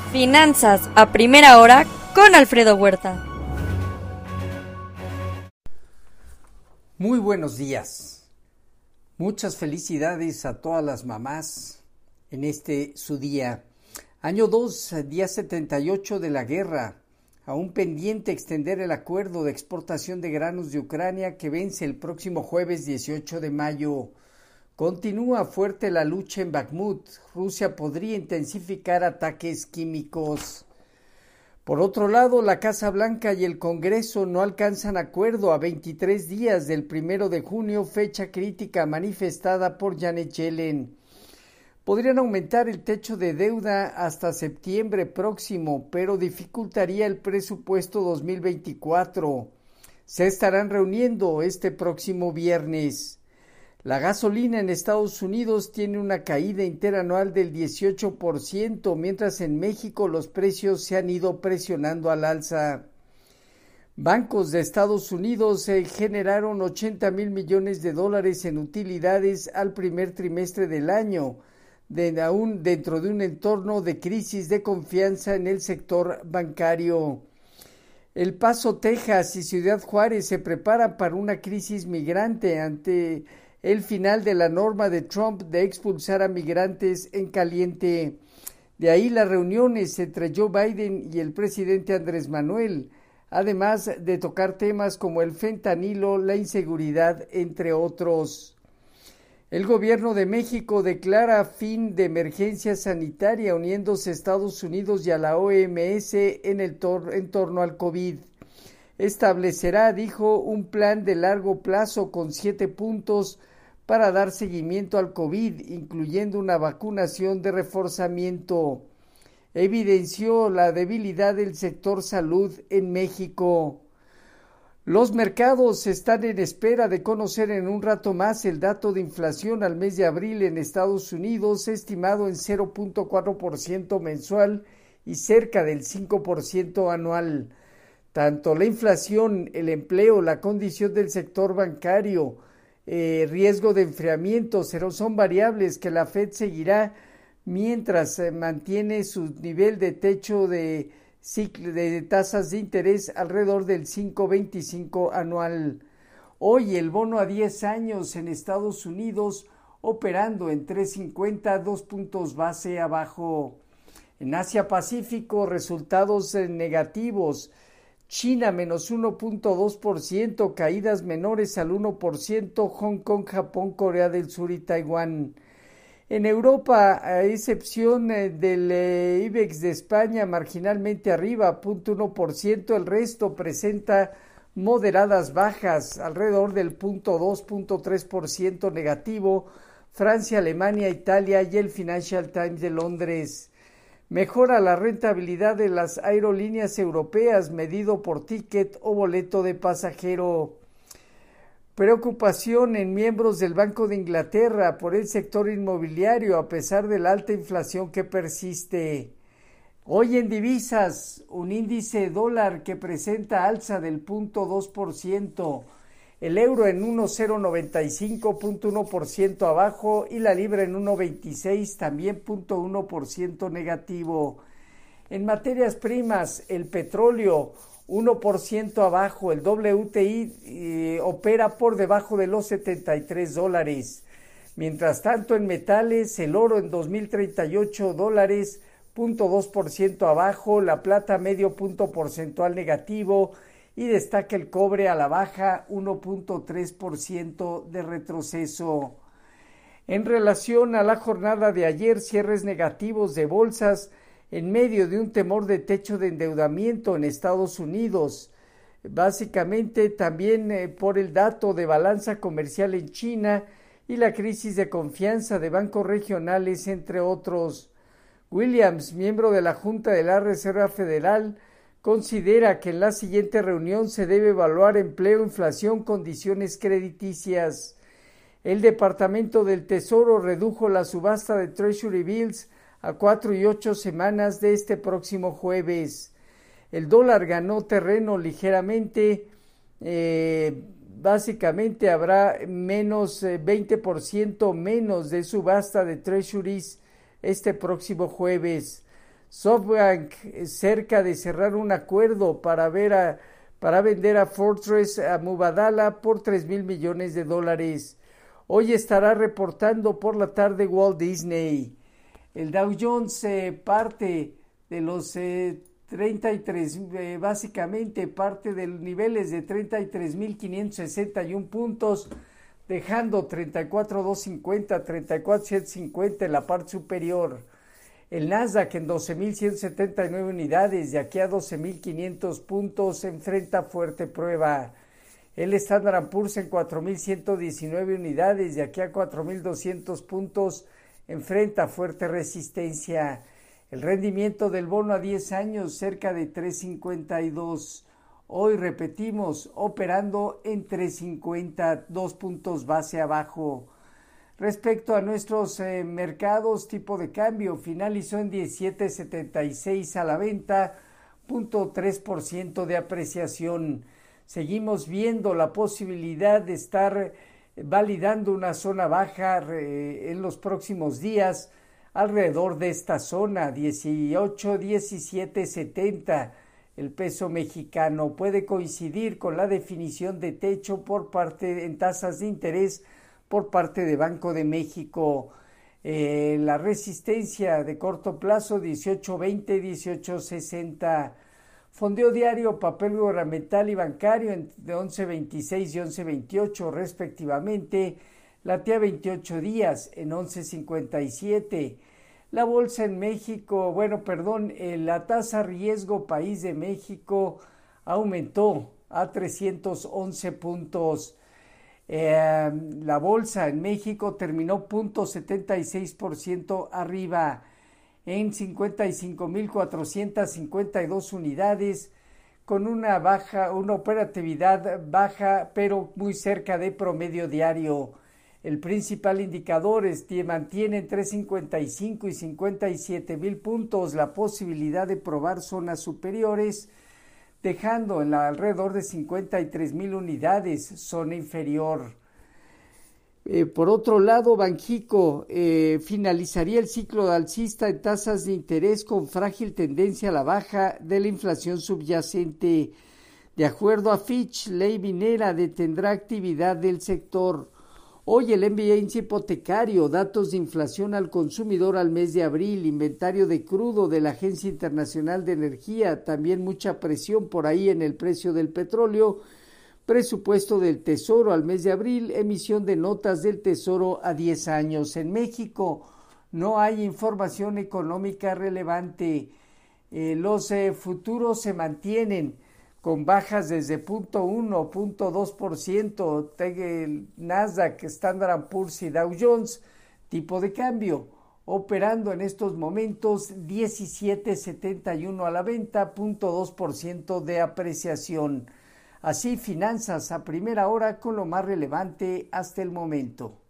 Finanzas a primera hora con Alfredo Huerta. Muy buenos días. Muchas felicidades a todas las mamás en este su día. Año 2, día 78 de la guerra. Aún pendiente extender el acuerdo de exportación de granos de Ucrania que vence el próximo jueves 18 de mayo. Continúa fuerte la lucha en Bakhmut. Rusia podría intensificar ataques químicos. Por otro lado, la Casa Blanca y el Congreso no alcanzan acuerdo a 23 días del 1 de junio, fecha crítica manifestada por Janet Yellen. Podrían aumentar el techo de deuda hasta septiembre próximo, pero dificultaría el presupuesto 2024. Se estarán reuniendo este próximo viernes. La gasolina en Estados Unidos tiene una caída interanual del 18%, mientras en México los precios se han ido presionando al alza. Bancos de Estados Unidos generaron $80,000 millones en utilidades al primer trimestre del año, aún dentro de un entorno de crisis de confianza en el sector bancario. El Paso, Texas y Ciudad Juárez se preparan para una crisis migrante ante el final de la norma de Trump de expulsar a migrantes en caliente. De ahí las reuniones entre Joe Biden y el presidente Andrés Manuel, además de tocar temas como el fentanilo, la inseguridad, entre otros. El gobierno de México declara fin de emergencia sanitaria uniéndose a Estados Unidos y a la OMS en torno al COVID. Establecerá, dijo, un plan de largo plazo con 7 puntos para dar seguimiento al COVID, incluyendo una vacunación de reforzamiento. Evidenció la debilidad del sector salud en México. Los mercados están en espera de conocer en un rato más el dato de inflación al mes de abril en Estados Unidos, estimado en 0.4% mensual y cerca del 5% anual. Tanto la inflación, el empleo, la condición del sector bancario, riesgo de enfriamiento son variables que la Fed seguirá mientras mantiene su nivel de techo de tasas de interés alrededor del 5.25 anual. Hoy el bono a 10 años en Estados Unidos operando en 3.50, 2 puntos base abajo. En Asia Pacífico, resultados negativos. China menos 1.2%, caídas menores al 1%, Hong Kong, Japón, Corea del Sur y Taiwán. En Europa, a excepción del IBEX de España, marginalmente arriba, 0.1%, el resto presenta moderadas bajas, alrededor del 0.2, 0.3% negativo, Francia, Alemania, Italia y el Financial Times de Londres. Mejora la rentabilidad de las aerolíneas europeas, medido por ticket o boleto de pasajero. Preocupación en miembros del Banco de Inglaterra por el sector inmobiliario a pesar de la alta inflación que persiste. Hoy en divisas, un índice dólar que presenta alza del 0.2%, el euro en 1.095, 0.1% abajo y la libra en 1.26, también 0.1% negativo. En materias primas, el petróleo 1% abajo, el WTI opera por debajo de los $73. Mientras tanto, en metales, el oro en $2,038, 0.2% abajo, la plata medio punto porcentual negativo y destaca el cobre a la baja, 1.3% de retroceso. En relación a la jornada de ayer, cierres negativos de bolsas en medio de un temor de techo de endeudamiento en Estados Unidos, básicamente también por el dato de balanza comercial en China y la crisis de confianza de bancos regionales, entre otros. Williams, miembro de la Junta de la Reserva Federal, considera que en la siguiente reunión se debe evaluar empleo, inflación, condiciones crediticias. El Departamento del Tesoro redujo la subasta de Treasury Bills a 4 y 8 semanas de este próximo jueves. El dólar ganó terreno ligeramente, básicamente habrá menos 20% menos de subasta de Treasuries este próximo jueves. SoftBank cerca de cerrar un acuerdo para vender a Fortress a Mubadala por $3,000 millones. Hoy estará reportando por la tarde Walt Disney. El Dow Jones parte de los 33, básicamente parte de los niveles de 33,561 puntos, dejando 34,250, 34,750 en la parte superior. El Nasdaq en 12,179 unidades, de aquí a 12,500 puntos, enfrenta fuerte prueba. El Standard & Poor's en 4,119 unidades, de aquí a 4,200 puntos, enfrenta fuerte resistencia. El rendimiento del bono a 10 años cerca de 3,52. Hoy repetimos, operando en 3,50, 2 puntos base abajo. Respecto a nuestros mercados, tipo de cambio finalizó en 17.76 a la venta, 0.3% de apreciación. Seguimos viendo la posibilidad de estar validando una zona baja en los próximos días, alrededor de esta zona, 18-17.70. El peso mexicano puede coincidir con la definición de techo en tasas de interés por parte de Banco de México. La resistencia de corto plazo 18.20, 18.60. Fondeo diario, papel gubernamental y bancario de 11.26 y 11.28 respectivamente. La TIA 28 días en 11.57. La bolsa en México, la tasa riesgo país de México aumentó a 311 puntos. La bolsa en México terminó 0.76% arriba en 55,452 unidades, con una operatividad baja, pero muy cerca de promedio diario. El principal indicador mantiene entre 55 y 57,000 puntos la posibilidad de probar zonas superiores, dejando en alrededor de 53,000 unidades zona inferior. Por otro lado, Banxico finalizaría el ciclo alcista en tasas de interés con frágil tendencia a la baja de la inflación subyacente. De acuerdo a Fitch, ley minera detendrá actividad del sector. Hoy el MBA hipotecario, datos de inflación al consumidor al mes de abril, inventario de crudo de la Agencia Internacional de Energía, también mucha presión por ahí en el precio del petróleo, presupuesto del Tesoro al mes de abril, emisión de notas del Tesoro a 10 años. En México no hay información económica relevante. Los futuros se mantienen con bajas desde 0.1, 0.2%, el Nasdaq, Standard & Poor's y Dow Jones. Tipo de cambio, operando en estos momentos 17.71 a la venta, 0.2% de apreciación. Así, finanzas a primera hora con lo más relevante hasta el momento.